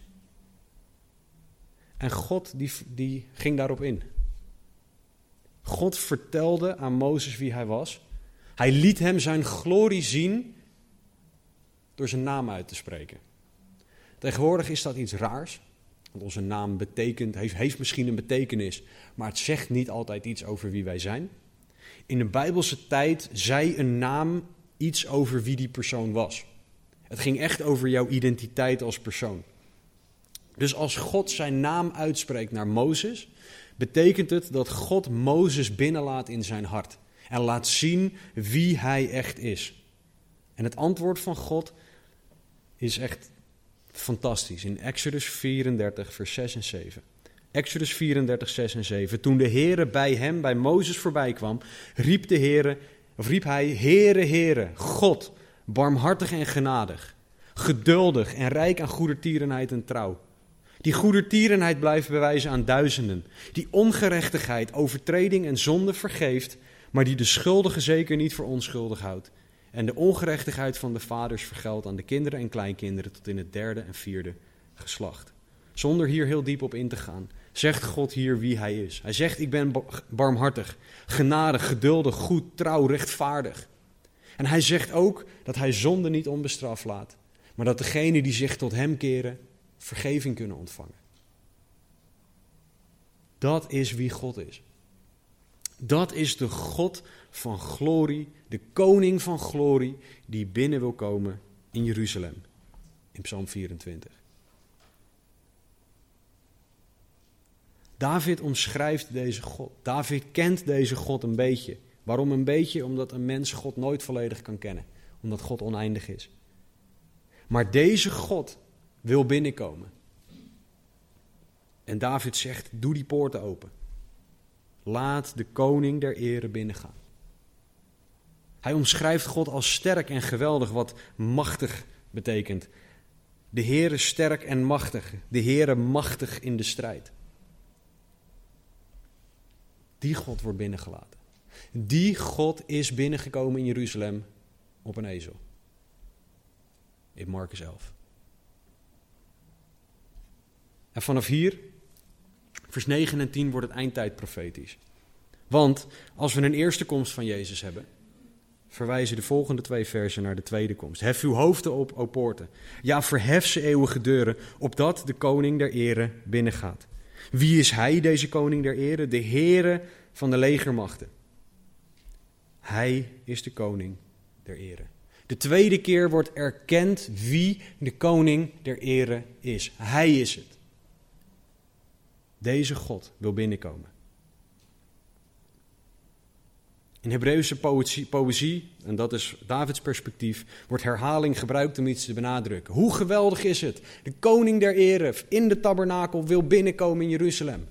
En God die ging daarop in. God vertelde aan Mozes wie hij was. Hij liet hem zijn glorie zien door zijn naam uit te spreken. Tegenwoordig is dat iets raars. Want onze naam heeft misschien een betekenis, maar het zegt niet altijd iets over wie wij zijn. In de Bijbelse tijd zei een naam iets over wie die persoon was. Het ging echt over jouw identiteit als persoon. Dus als God zijn naam uitspreekt naar Mozes, betekent het dat God Mozes binnenlaat in zijn hart. En laat zien wie hij echt is. En het antwoord van God is echt fantastisch. In Exodus 34, vers 6 en 7. Exodus 34, 6 en 7. Toen de Heere bij Mozes voorbij kwam, riep hij, Heere, Heere, God, barmhartig en genadig, geduldig en rijk aan goedertierenheid en trouw, Die goedertierenheid blijft bewijzen aan duizenden. Die ongerechtigheid, overtreding en zonde vergeeft, maar die de schuldige zeker niet voor onschuldig houdt. En de ongerechtigheid van de vaders vergeldt aan de kinderen en kleinkinderen tot in het 3e en 4e geslacht. Zonder hier heel diep op in te gaan, zegt God hier wie hij is. Hij zegt, ik ben barmhartig, genadig, geduldig, goed, trouw, rechtvaardig. En hij zegt ook dat hij zonde niet onbestraft laat, maar dat degenen die zich tot hem keren, vergeving kunnen ontvangen. Dat is wie God is. Dat is de God van glorie, de koning van glorie, die binnen wil komen in Jeruzalem. In Psalm 24. David omschrijft deze God. David kent deze God een beetje. Waarom een beetje? Omdat een mens God nooit volledig kan kennen. Omdat God oneindig is. Maar deze God wil binnenkomen. En David zegt, doe die poorten open. Laat de koning der ere binnengaan. Hij omschrijft God als sterk en geweldig, wat machtig betekent. De Heere sterk en machtig. De Heere machtig in de strijd. Die God wordt binnengelaten. Die God is binnengekomen in Jeruzalem op een ezel. In Markus 11. En vanaf hier, vers 9 en 10, wordt het eindtijd profetisch. Want als we een eerste komst van Jezus hebben, verwijzen de volgende 2 versen naar de tweede komst. Hef uw hoofden op, o poorten. Ja, verhef ze eeuwige deuren, opdat de koning der ere binnengaat. Wie is hij, deze koning der ere? De Heere van de legermachten. Hij is de koning der ere. De tweede keer wordt erkend wie de koning der ere is. Hij is het. Deze God wil binnenkomen. In Hebreeuwse poëzie, en dat is Davids perspectief, wordt herhaling gebruikt om iets te benadrukken. Hoe geweldig is het? De koning der ere in de tabernakel wil binnenkomen in Jeruzalem.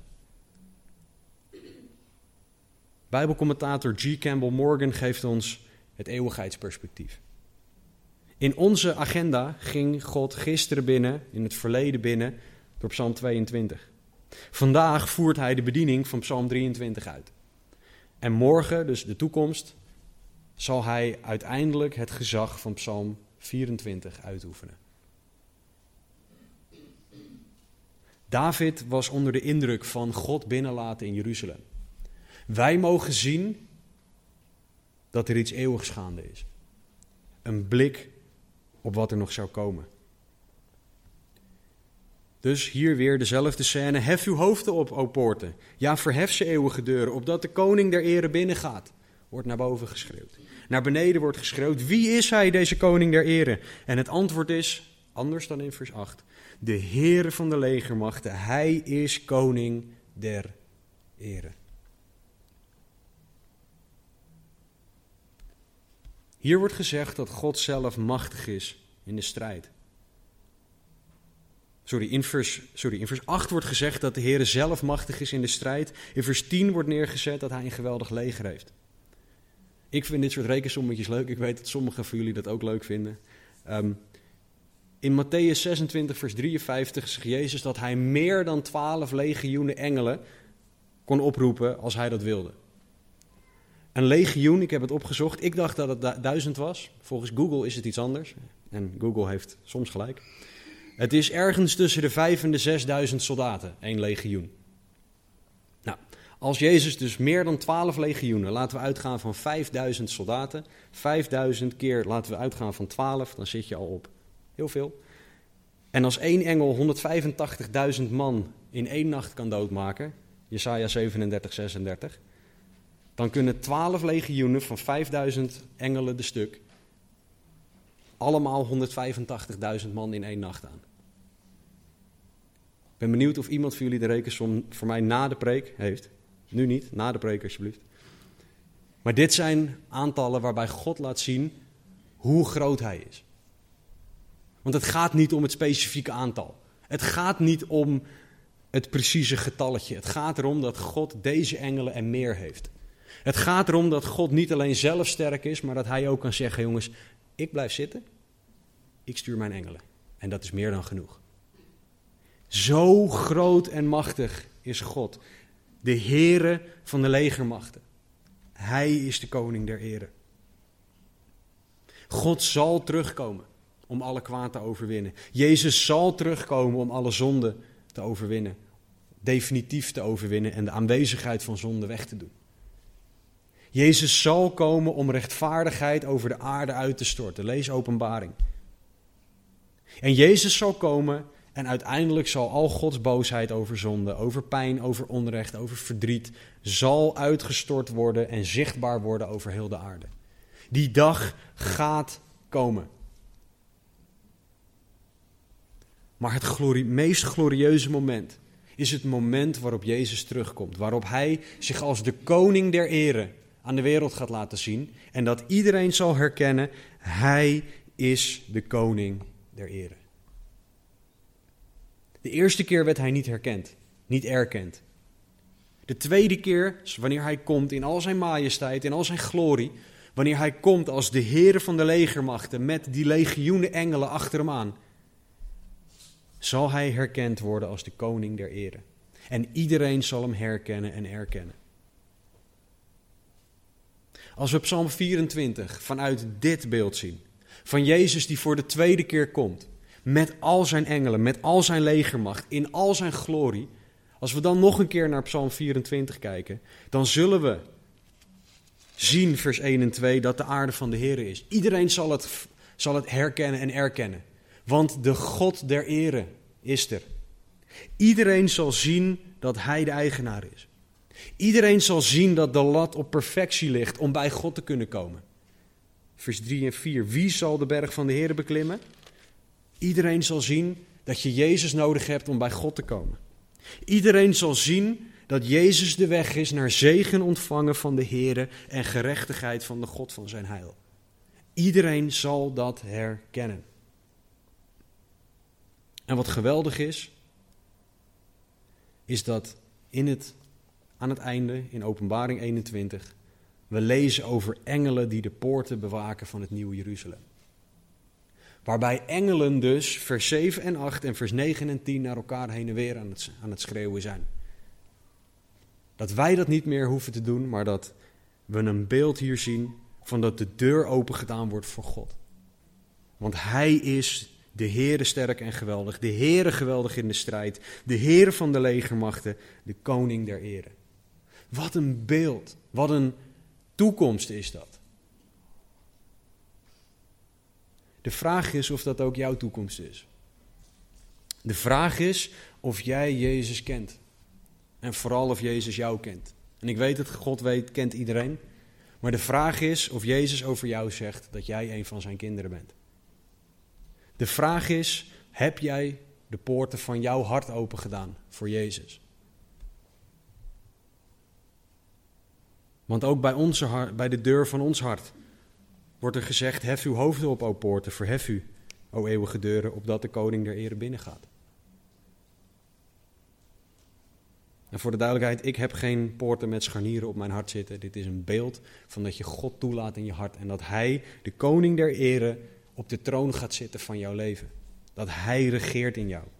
Bijbelcommentator G. Campbell Morgan geeft ons het eeuwigheidsperspectief. In onze agenda ging God gisteren binnen, in het verleden binnen, door Psalm 22. Vandaag voert hij de bediening van Psalm 23 uit. En morgen, dus de toekomst, zal hij uiteindelijk het gezag van Psalm 24 uitoefenen. David was onder de indruk van God binnenlaten in Jeruzalem. Wij mogen zien dat er iets eeuwigs gaande is. Een blik op wat er nog zou komen. Dus hier weer dezelfde scène. Hef uw hoofden op, o poorten. Ja, verhef ze eeuwige deuren, opdat de koning der ere binnengaat. Wordt naar boven geschreeuwd. Naar beneden wordt geschreeuwd. Wie is hij, deze koning der ere? En het antwoord is, anders dan in vers 8. De Heere van de legermachten. Hij is koning der ere. Hier wordt gezegd dat God zelf machtig is in de strijd. In vers 8 wordt gezegd dat de Heere zelf machtig is in de strijd. In vers 10 wordt neergezet dat hij een geweldig leger heeft. Ik vind dit soort rekensommetjes leuk. Ik weet dat sommigen van jullie dat ook leuk vinden. In Mattheüs 26 vers 53 zegt Jezus dat hij meer dan 12 legioenen engelen kon oproepen als hij dat wilde. Een legioen, ik heb het opgezocht. Ik dacht dat het 1000 was. Volgens Google is het iets anders. En Google heeft soms gelijk. Het is ergens tussen de 5.000 en de 6.000 soldaten, 1 legioen. Nou, als Jezus dus meer dan 12 legioenen, laten we uitgaan van 5.000 soldaten. 5.000 keer laten we uitgaan van 12, dan zit je al op heel veel. En als 1 engel 185.000 man in 1 nacht kan doodmaken, Jesaja 37, 36... dan kunnen 12 legioenen van 5.000 engelen de stuk allemaal 185.000 man in 1 nacht aan. Ik ben benieuwd of iemand van jullie de rekensom voor mij na de preek heeft. Nu niet, na de preek alsjeblieft. Maar dit zijn aantallen waarbij God laat zien hoe groot hij is. Want het gaat niet om het specifieke aantal. Het gaat niet om het precieze getalletje. Het gaat erom dat God deze engelen en meer heeft. Het gaat erom dat God niet alleen zelf sterk is, maar dat hij ook kan zeggen, jongens, ik blijf zitten, ik stuur mijn engelen. En dat is meer dan genoeg. Zo groot en machtig is God. De Heere van de legermachten. Hij is de koning der ere. God zal terugkomen om alle kwaad te overwinnen. Jezus zal terugkomen om alle zonde te overwinnen. Definitief te overwinnen en de aanwezigheid van zonde weg te doen. Jezus zal komen om rechtvaardigheid over de aarde uit te storten. Lees Openbaring. En Jezus zal komen en uiteindelijk zal al Gods boosheid over zonde, over pijn, over onrecht, over verdriet, zal uitgestort worden en zichtbaar worden over heel de aarde. Die dag gaat komen. Maar het meest glorieuze moment is het moment waarop Jezus terugkomt. Waarop hij zich als de koning der ere aan de wereld gaat laten zien. En dat iedereen zal herkennen, hij is de koning der ere. De eerste keer werd hij niet herkend, niet erkend. De tweede keer, wanneer hij komt in al zijn majesteit, in al zijn glorie, wanneer hij komt als de Heere van de legermachten met die legioenen engelen achter hem aan, zal hij herkend worden als de koning der ere. En iedereen zal hem herkennen en erkennen. Als we Psalm 24 vanuit dit beeld zien, van Jezus die voor de tweede keer komt, met al zijn engelen, met al zijn legermacht, in al zijn glorie. Als we dan nog een keer naar Psalm 24 kijken, dan zullen we zien, vers 1 en 2, dat de aarde van de Heere is. Iedereen zal het herkennen en erkennen. Want de God der ere is er. Iedereen zal zien dat hij de eigenaar is. Iedereen zal zien dat de lat op perfectie ligt om bij God te kunnen komen. Vers 3 en 4. Wie zal de berg van de Heere beklimmen? Iedereen zal zien dat je Jezus nodig hebt om bij God te komen. Iedereen zal zien dat Jezus de weg is naar zegen ontvangen van de Heere en gerechtigheid van de God van zijn heil. Iedereen zal dat herkennen. En wat geweldig is dat aan het einde, in Openbaring 21, we lezen over engelen die de poorten bewaken van het nieuwe Jeruzalem. Waarbij engelen dus, vers 7 en 8 en vers 9 en 10 naar elkaar heen en weer aan het schreeuwen zijn. Dat wij dat niet meer hoeven te doen, maar dat we een beeld hier zien van dat de deur open gedaan wordt voor God. Want hij is de Heere sterk en geweldig, de Heere geweldig in de strijd, de Heere van de legermachten, de koning der ere. Wat een beeld, wat een toekomst is dat. De vraag is of dat ook jouw toekomst is. De vraag is of jij Jezus kent. En vooral of Jezus jou kent. En ik weet dat God kent iedereen. Maar de vraag is of Jezus over jou zegt dat jij een van zijn kinderen bent. De vraag is, heb jij de poorten van jouw hart open gedaan voor Jezus? Want ook bij de deur van ons hart wordt er gezegd, hef uw hoofden op, o poorten, verhef u, o eeuwige deuren, opdat de koning der ere binnengaat. En voor de duidelijkheid, ik heb geen poorten met scharnieren op mijn hart zitten. Dit is een beeld van dat je God toelaat in je hart en dat hij, de koning der ere, op de troon gaat zitten van jouw leven. Dat hij regeert in jou.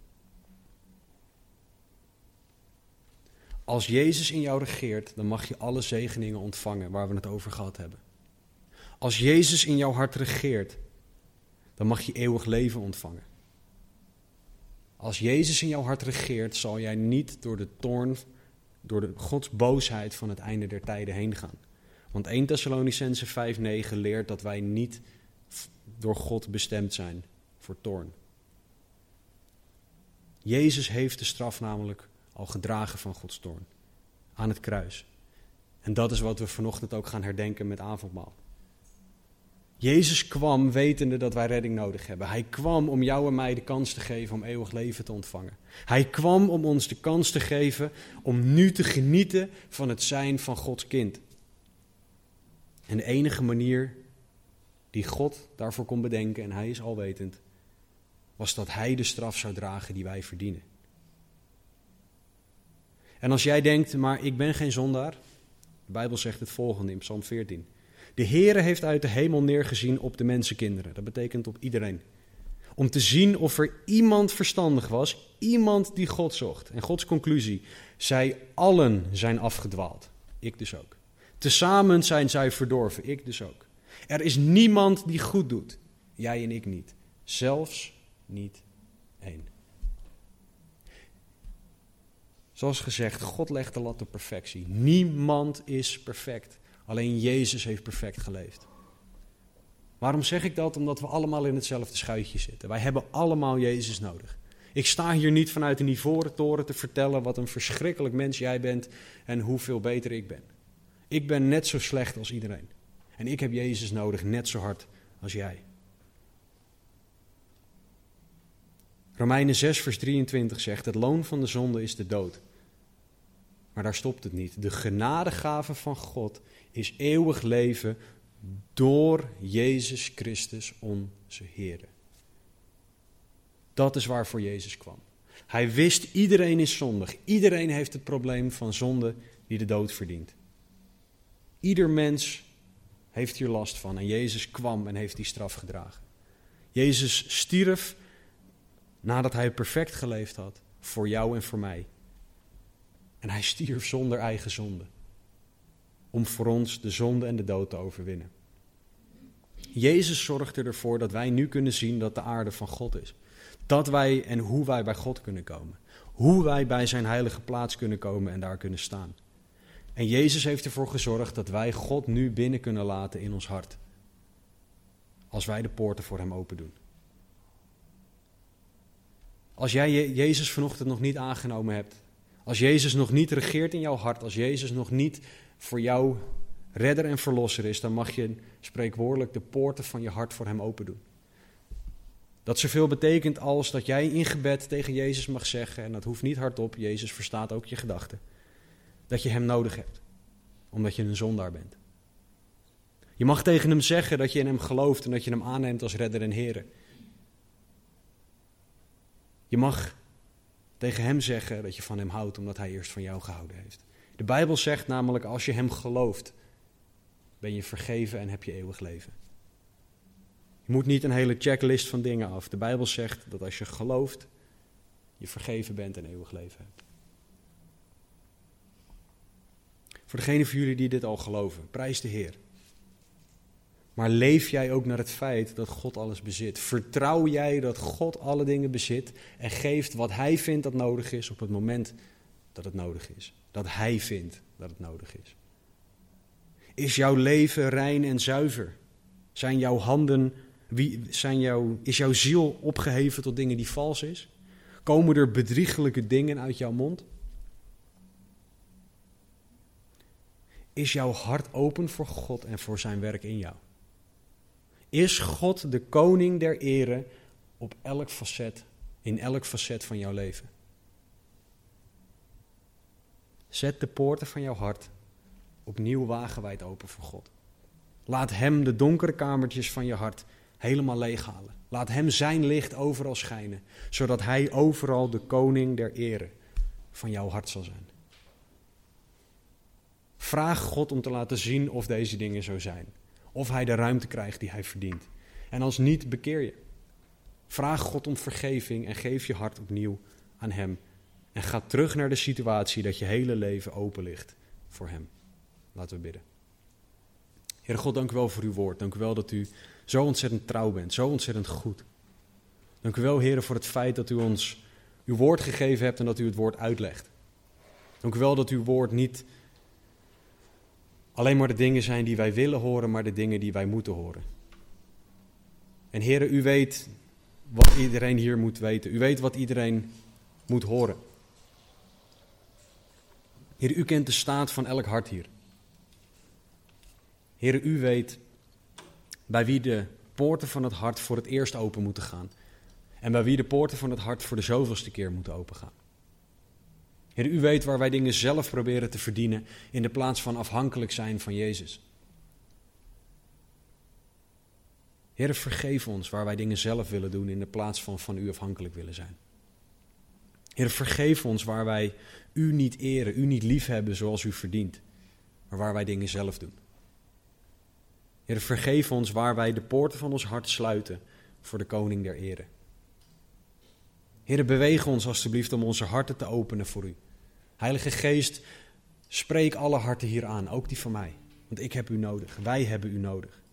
Als Jezus in jou regeert, dan mag je alle zegeningen ontvangen waar we het over gehad hebben. Als Jezus in jouw hart regeert, dan mag je eeuwig leven ontvangen. Als Jezus in jouw hart regeert, zal jij niet door de toorn, door de Gods boosheid van het einde der tijden heen gaan. Want 1 Thessalonicenzen 5:9 leert dat wij niet door God bestemd zijn voor toorn. Jezus heeft de straf namelijk al gedragen van Gods toorn aan het kruis. En dat is wat we vanochtend ook gaan herdenken met avondmaal. Jezus kwam wetende dat wij redding nodig hebben. Hij kwam om jou en mij de kans te geven om eeuwig leven te ontvangen. Hij kwam om ons de kans te geven om nu te genieten van het zijn van Gods kind. En de enige manier die God daarvoor kon bedenken, en hij is alwetend, was dat hij de straf zou dragen die wij verdienen. En als jij denkt, maar ik ben geen zondaar, de Bijbel zegt het volgende in Psalm 14. De Heere heeft uit de hemel neergezien op de mensenkinderen. Dat betekent op iedereen. Om te zien of er iemand verstandig was, iemand die God zocht. En Gods conclusie, zij allen zijn afgedwaald. Ik dus ook. Tezamen zijn zij verdorven, ik dus ook. Er is niemand die goed doet, jij en ik niet. Zelfs niet één. Zoals gezegd, God legt de lat op perfectie. Niemand is perfect. Alleen Jezus heeft perfect geleefd. Waarom zeg ik dat? Omdat we allemaal in hetzelfde schuitje zitten. Wij hebben allemaal Jezus nodig. Ik sta hier niet vanuit een ivoren toren te vertellen wat een verschrikkelijk mens jij bent en hoeveel beter ik ben. Ik ben net zo slecht als iedereen. En ik heb Jezus nodig net zo hard als jij. Romeinen 6 vers 23 zegt, het loon van de zonde is de dood. Maar daar stopt het niet. De genadegave van God is eeuwig leven door Jezus Christus onze Heer. Dat is waarvoor Jezus kwam. Hij wist, iedereen is zondig. Iedereen heeft het probleem van zonde die de dood verdient. Ieder mens heeft hier last van en Jezus kwam en heeft die straf gedragen. Jezus stierf nadat hij perfect geleefd had voor jou en voor mij. En hij stierf zonder eigen zonde. Om voor ons de zonde en de dood te overwinnen. Jezus zorgde ervoor dat wij nu kunnen zien dat de aarde van God is. Dat wij en hoe wij bij God kunnen komen. Hoe wij bij zijn heilige plaats kunnen komen en daar kunnen staan. En Jezus heeft ervoor gezorgd dat wij God nu binnen kunnen laten in ons hart. Als wij de poorten voor hem open doen. Als jij Jezus vanochtend nog niet aangenomen hebt. Als Jezus nog niet regeert in jouw hart. Als Jezus nog niet voor jou redder en verlosser is. Dan mag je spreekwoordelijk de poorten van je hart voor hem open doen. Dat zoveel betekent als dat jij in gebed tegen Jezus mag zeggen. En dat hoeft niet hardop. Jezus verstaat ook je gedachten. Dat je hem nodig hebt. Omdat je een zondaar bent. Je mag tegen hem zeggen dat je in hem gelooft. En dat je hem aanneemt als redder en Heer. Je mag tegen hem zeggen dat je van hem houdt, omdat hij eerst van jou gehouden heeft. De Bijbel zegt namelijk, als je hem gelooft, ben je vergeven en heb je eeuwig leven. Je moet niet een hele checklist van dingen af. De Bijbel zegt dat als je gelooft, je vergeven bent en eeuwig leven hebt. Voor degenen van jullie die dit al geloven, prijs de Heer. Maar leef jij ook naar het feit dat God alles bezit? Vertrouw jij dat God alle dingen bezit en geeft wat hij vindt dat nodig is op het moment dat het nodig is? Dat hij vindt dat het nodig is. Is jouw leven rein en zuiver? Zijn jouw handen, is jouw ziel opgeheven tot dingen die vals is? Komen er bedriegelijke dingen uit jouw mond? Is jouw hart open voor God en voor zijn werk in jou? Is God de koning der ere op elk facet, in elk facet van jouw leven? Zet de poorten van jouw hart opnieuw wagenwijd open voor God. Laat hem de donkere kamertjes van je hart helemaal leeghalen. Laat hem zijn licht overal schijnen, zodat hij overal de koning der ere van jouw hart zal zijn. Vraag God om te laten zien of deze dingen zo zijn. Of hij de ruimte krijgt die hij verdient. En als niet, bekeer je. Vraag God om vergeving en geef je hart opnieuw aan hem. En ga terug naar de situatie dat je hele leven open ligt voor hem. Laten we bidden. Heere God, dank u wel voor uw woord. Dank u wel dat u zo ontzettend trouw bent, zo ontzettend goed. Dank u wel, Heere, voor het feit dat u ons uw woord gegeven hebt en dat u het woord uitlegt. Dank u wel dat uw woord niet alleen maar de dingen zijn die wij willen horen, maar de dingen die wij moeten horen. En Heere, u weet wat iedereen hier moet weten. U weet wat iedereen moet horen. Heere, u kent de staat van elk hart hier. Heere, u weet bij wie de poorten van het hart voor het eerst open moeten gaan. En bij wie de poorten van het hart voor de zoveelste keer moeten opengaan. Heer, u weet waar wij dingen zelf proberen te verdienen in de plaats van afhankelijk zijn van Jezus. Heer, vergeef ons waar wij dingen zelf willen doen in de plaats van u afhankelijk willen zijn. Heer, vergeef ons waar wij u niet eren, u niet liefhebben zoals u verdient, maar waar wij dingen zelf doen. Heer, vergeef ons waar wij de poorten van ons hart sluiten voor de koning der ere, Heere, beweeg ons alstublieft om onze harten te openen voor u. Heilige Geest, spreek alle harten hier aan, ook die van mij. Want ik heb u nodig, wij hebben u nodig.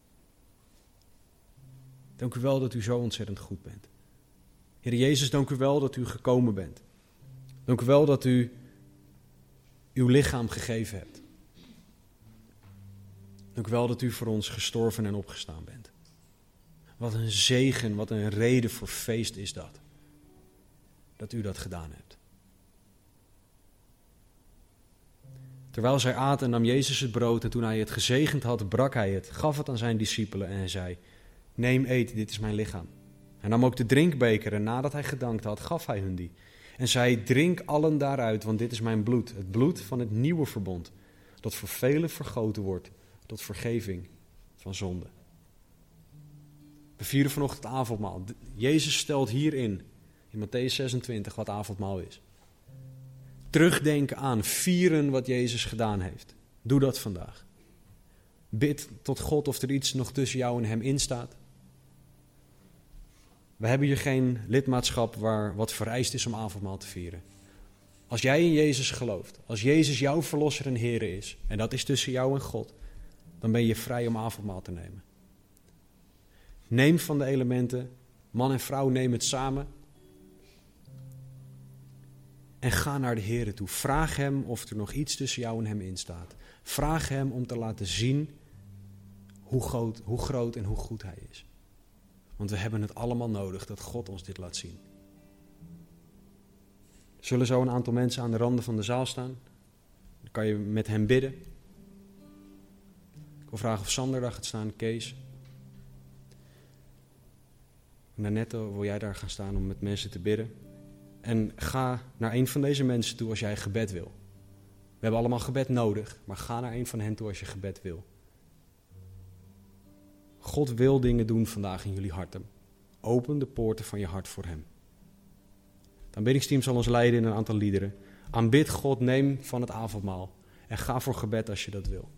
Dank u wel dat u zo ontzettend goed bent. Heere Jezus, dank u wel dat u gekomen bent. Dank u wel dat u uw lichaam gegeven hebt. Dank u wel dat u voor ons gestorven en opgestaan bent. Wat een zegen, wat een reden voor feest is dat. Dat u dat gedaan hebt. Terwijl zij aten, nam Jezus het brood en toen hij het gezegend had, brak hij het, gaf het aan zijn discipelen en hij zei: neem, eet, dit is mijn lichaam. Hij nam ook de drinkbeker en nadat hij gedankt had, gaf hij hun die. En zei: drink allen daaruit, want dit is mijn bloed, het bloed van het nieuwe verbond, dat voor velen vergoten wordt tot vergeving van zonde. We vieren vanochtend het avondmaal. Jezus stelt hierin, in Mattheüs 26, wat avondmaal is. Terugdenken aan, vieren wat Jezus gedaan heeft. Doe dat vandaag. Bid tot God of er iets nog tussen jou en hem instaat. We hebben hier geen lidmaatschap waar wat vereist is om avondmaal te vieren. Als jij in Jezus gelooft, als Jezus jouw verlosser en Heer is, en dat is tussen jou en God, dan ben je vrij om avondmaal te nemen. Neem van de elementen, man en vrouw, neem het samen. En ga naar de Heer toe. Vraag hem of er nog iets tussen jou en hem instaat. Vraag hem om te laten zien hoe groot en hoe goed hij is. Want we hebben het allemaal nodig dat God ons dit laat zien. Er zullen zo een aantal mensen aan de randen van de zaal staan. Dan kan je met hen bidden. Ik wil vragen of Sander daar gaat staan, Kees. Nanette, wil jij daar gaan staan om met mensen te bidden? En ga naar een van deze mensen toe als jij gebed wil. We hebben allemaal gebed nodig, maar ga naar een van hen toe als je gebed wil. God wil dingen doen vandaag in jullie harten. Open de poorten van je hart voor hem. Het aanbiddingsteam zal ons leiden in een aantal liederen. Aanbid God, neem van het avondmaal en ga voor gebed als je dat wil.